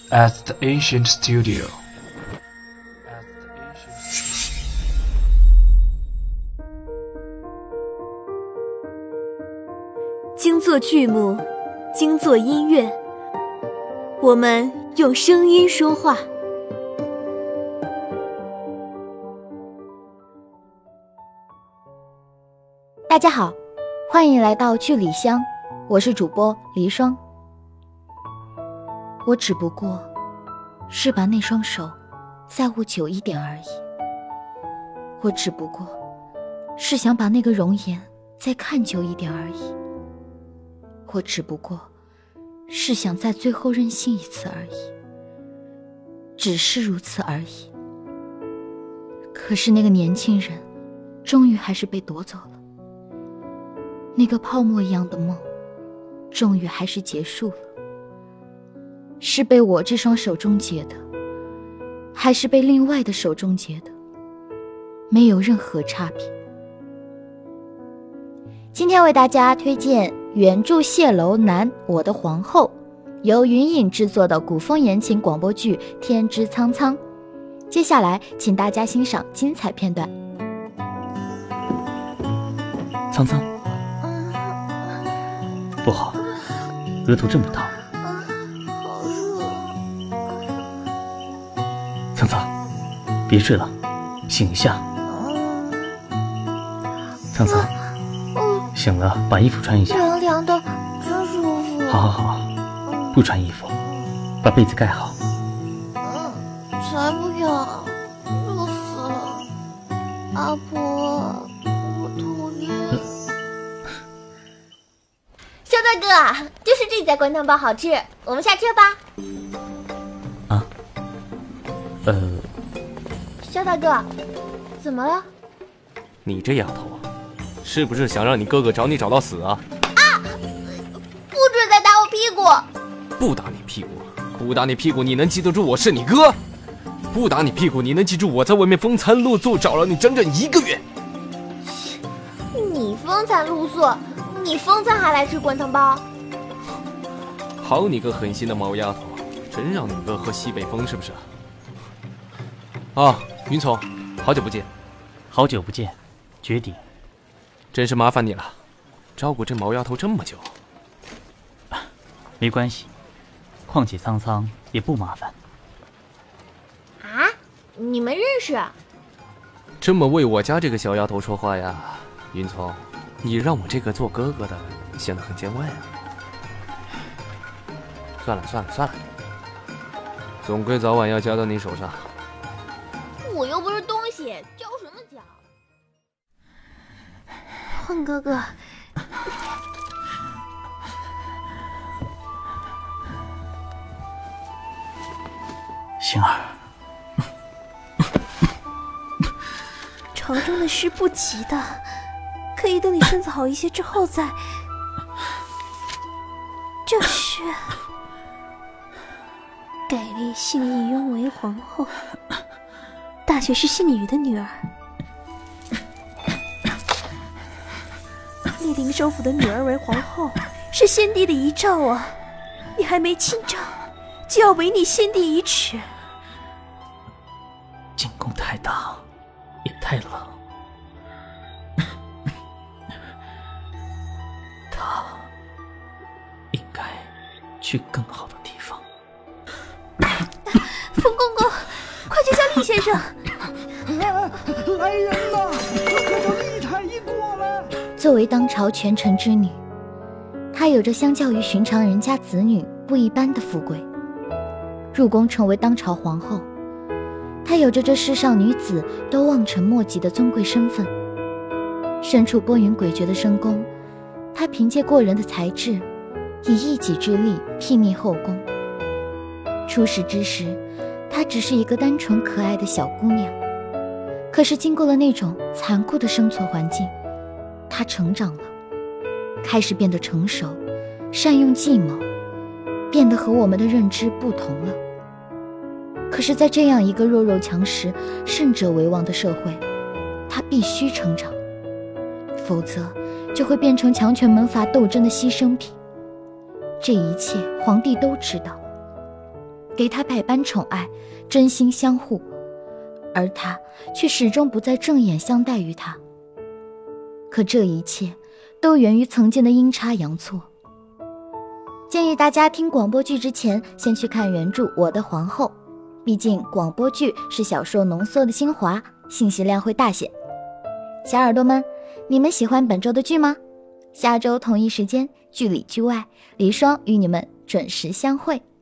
at the ancient studio. 精作剧目，精作音乐，我们用声音说话。 大家好，欢迎来到剧里香，我是主播黎霜。我只不过是把那双手再握久一点而已，我只不过是想把那个容颜再看久一点而已，我只不过是想在最后任性一次而已，只是如此而已。可是那个年轻人终于还是被夺走了，那个泡沫一样的梦终于还是结束了，是被我这双手终结的，还是被另外的手终结的，没有任何差别。今天为大家推荐原著谢楼南《我的皇后》，由云影制作的古风言情广播剧《天之苍苍》。接下来请大家欣赏精彩片段。 苍苍，不好，额头这么烫。苍苍，别睡了，醒一下。苍苍，醒了把衣服穿一下。 凉凉的，真舒服。 好，不穿衣服，把被子盖好。 才不要，热死了。阿婆，我头晕。 肖大哥，就是这家灌汤包好吃，我们下车吧。肖大哥，怎么了？ 你这丫头，是不是想让你哥哥找你找到死啊？ 不准再打我屁股！ 不打你屁股，不打你屁股，你能记得住我是你哥？不打你屁股，你能记住我在外面风餐露宿找了你整整1个月？ 你风餐露宿，你风餐还来吃灌汤包？ 好你个狠心的毛丫头，真让你哥喝西北风是不是？啊，云从，好久不见。 好久不见，绝顶。 真是麻烦你了，照顾这毛丫头这么久。 没关系，况且苍苍也不麻烦。 啊，你们认识？ 这么为我家这个小丫头说话呀，云从，你让我这个做哥哥的显得很见外啊。算了，总归早晚要交到你手上。 我又不是东西，交什么交？ 混哥哥， 星儿， 朝中的事不急的，可以等你身子好一些之后再。就是改立信义雍为皇后，大学是信宇的女儿，立灵首府的女儿为皇后，是先帝的遗诏啊！你还没亲诏，就要违逆先帝遗旨。 进宫太大，也太冷。他应该去更好的地方。 冯公公，快去叫厉先生！ 来人呐！快叫厉太医过来！ 作为当朝权臣之女，她有着相较于寻常人家子女不一般的富贵。入宫成为当朝皇后，她有着这世上女子都望尘莫及的尊贵身份。身处波云诡谲的深宫，她凭借过人的才智，以一己之力睥睨后宫。初识之时，她只是一个单纯可爱的小姑娘，可是经过了那种残酷的生存环境，她成长了，开始变得成熟，善用计谋，变得和我们的认知不同了。可是在这样一个弱肉强食、胜者为王的社会，她必须成长，否则就会变成强权门阀斗争的牺牲品。这一切皇帝都知道， 给他百般宠爱，真心相护，而他却始终不再正眼相待于他。可这一切都源于曾经的阴差阳错。建议大家听广播剧之前先去看原著《我的皇后》，毕竟广播剧是小说浓缩的精华，信息量会大些。小耳朵们，你们喜欢本周的剧吗？下周同一时间，剧里剧外，黎霜与你们准时相会。